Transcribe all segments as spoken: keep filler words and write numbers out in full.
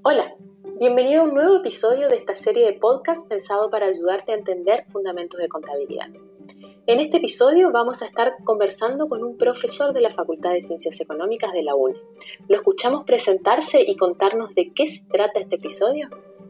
Hola, bienvenido a un nuevo episodio de esta serie de podcast pensado para ayudarte a entender fundamentos de contabilidad. En este episodio vamos a estar conversando con un profesor de la Facultad de Ciencias Económicas de la U N E. ¿Lo escuchamos presentarse y contarnos de qué se trata este episodio?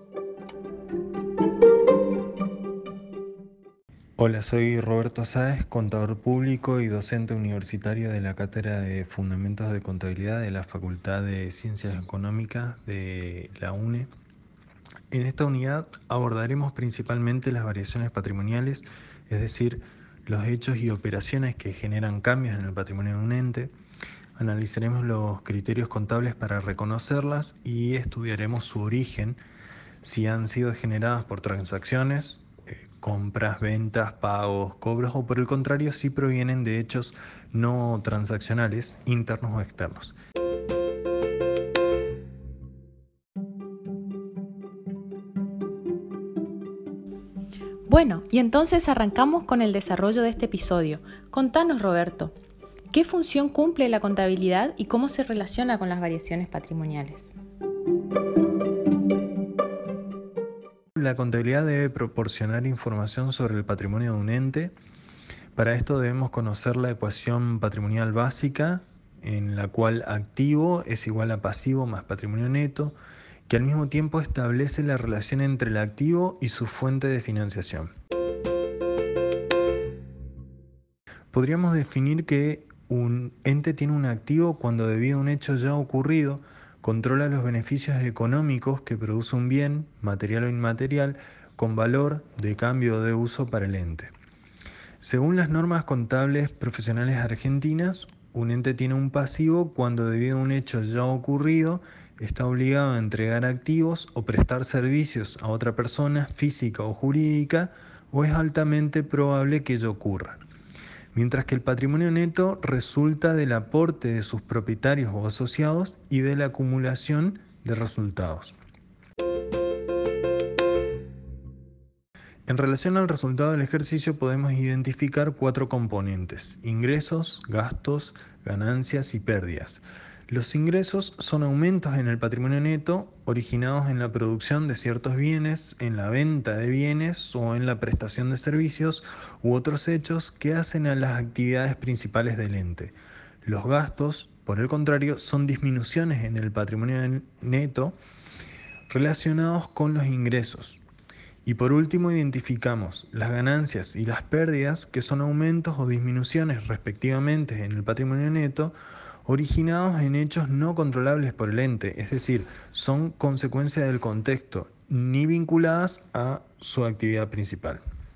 Hola, soy Roberto Sáez, contador público y docente universitario de la Cátedra de Fundamentos de Contabilidad de la Facultad de Ciencias Económicas de la U N E. En esta unidad abordaremos principalmente las variaciones patrimoniales, es decir, los hechos y operaciones que generan cambios en el patrimonio de un ente. Analizaremos los criterios contables para reconocerlas y estudiaremos su origen, si han sido generadas por transacciones, eh, compras, ventas, pagos, cobros, o por el contrario, si provienen de hechos no transaccionales, internos o externos. Bueno, y entonces arrancamos con el desarrollo de este episodio. Contanos, Roberto, ¿qué función cumple la contabilidad y cómo se relaciona con las variaciones patrimoniales? La contabilidad debe proporcionar información sobre el patrimonio de un ente. Para esto debemos conocer la ecuación patrimonial básica, en la cual activo es igual a pasivo más patrimonio neto, que al mismo tiempo establece la relación entre el activo y su fuente de financiación. Podríamos definir que un ente tiene un activo cuando, debido a un hecho ya ocurrido, controla los beneficios económicos que produce un bien, material o inmaterial, con valor de cambio o de uso para el ente. Según las normas contables profesionales argentinas, un ente tiene un pasivo cuando, debido a un hecho ya ocurrido, está obligado a entregar activos o prestar servicios a otra persona física o jurídica, o es altamente probable que ello ocurra. Mientras que el patrimonio neto resulta del aporte de sus propietarios o asociados y de la acumulación de resultados. En relación al resultado del ejercicio podemos identificar cuatro componentes: ingresos, gastos, ganancias y pérdidas. Los ingresos son aumentos en el patrimonio neto originados en la producción de ciertos bienes, en la venta de bienes o en la prestación de servicios u otros hechos que hacen a las actividades principales del ente. Los gastos, por el contrario, son disminuciones en el patrimonio neto relacionados con los ingresos. Y por último identificamos las ganancias y las pérdidas, que son aumentos o disminuciones respectivamente en el patrimonio neto originados en hechos no controlables por el ente, es decir, son consecuencia del contexto, ni vinculadas a su actividad principal.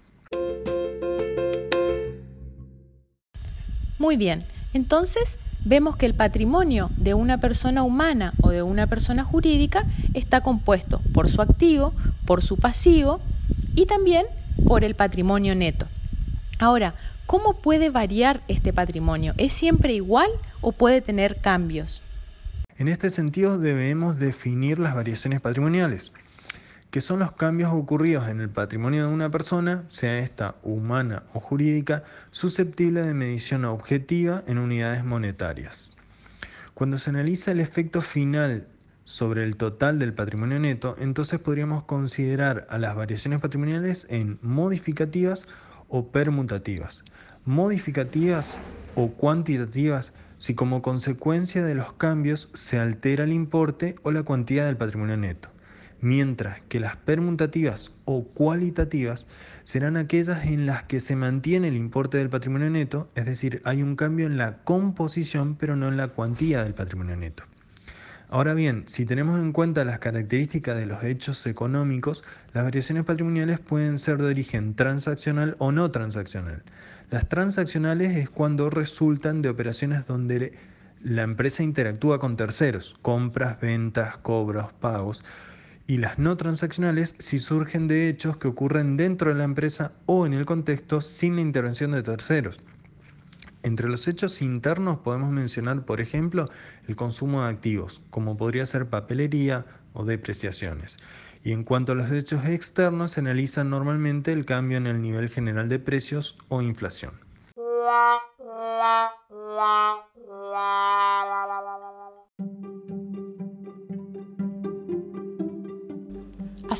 Muy bien, entonces vemos que el patrimonio de una persona humana o de una persona jurídica está compuesto por su activo, por su pasivo y también por el patrimonio neto. Ahora, ¿cómo puede variar este patrimonio? ¿Es siempre igual o puede tener cambios? En este sentido debemos definir las variaciones patrimoniales, que son los cambios ocurridos en el patrimonio de una persona, sea esta humana o jurídica, susceptible de medición objetiva en unidades monetarias. Cuando se analiza el efecto final sobre el total del patrimonio neto, entonces podríamos considerar a las variaciones patrimoniales en modificativas o permutativas. Modificativas o cuantitativas si como consecuencia de los cambios se altera el importe o la cuantía del patrimonio neto, mientras que las permutativas o cualitativas serán aquellas en las que se mantiene el importe del patrimonio neto, es decir, hay un cambio en la composición pero no en la cuantía del patrimonio neto. Ahora bien, si tenemos en cuenta las características de los hechos económicos, las variaciones patrimoniales pueden ser de origen transaccional o no transaccional. Las transaccionales es cuando resultan de operaciones donde la empresa interactúa con terceros, compras, ventas, cobros, pagos, y las no transaccionales si surgen de hechos que ocurren dentro de la empresa o en el contexto sin la intervención de terceros. Entre los hechos internos podemos mencionar, por ejemplo, el consumo de activos, como podría ser papelería o depreciaciones. Y en cuanto a los hechos externos, se analiza normalmente el cambio en el nivel general de precios o inflación.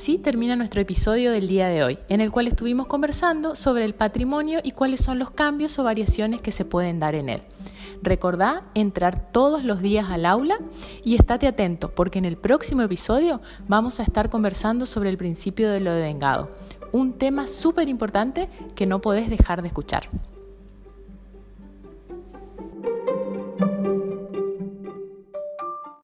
Así termina nuestro episodio del día de hoy, en el cual estuvimos conversando sobre el patrimonio y cuáles son los cambios o variaciones que se pueden dar en él. Recordá entrar todos los días al aula y estate atento, porque en el próximo episodio vamos a estar conversando sobre el principio de lo devengado, un tema súper importante que no podés dejar de escuchar.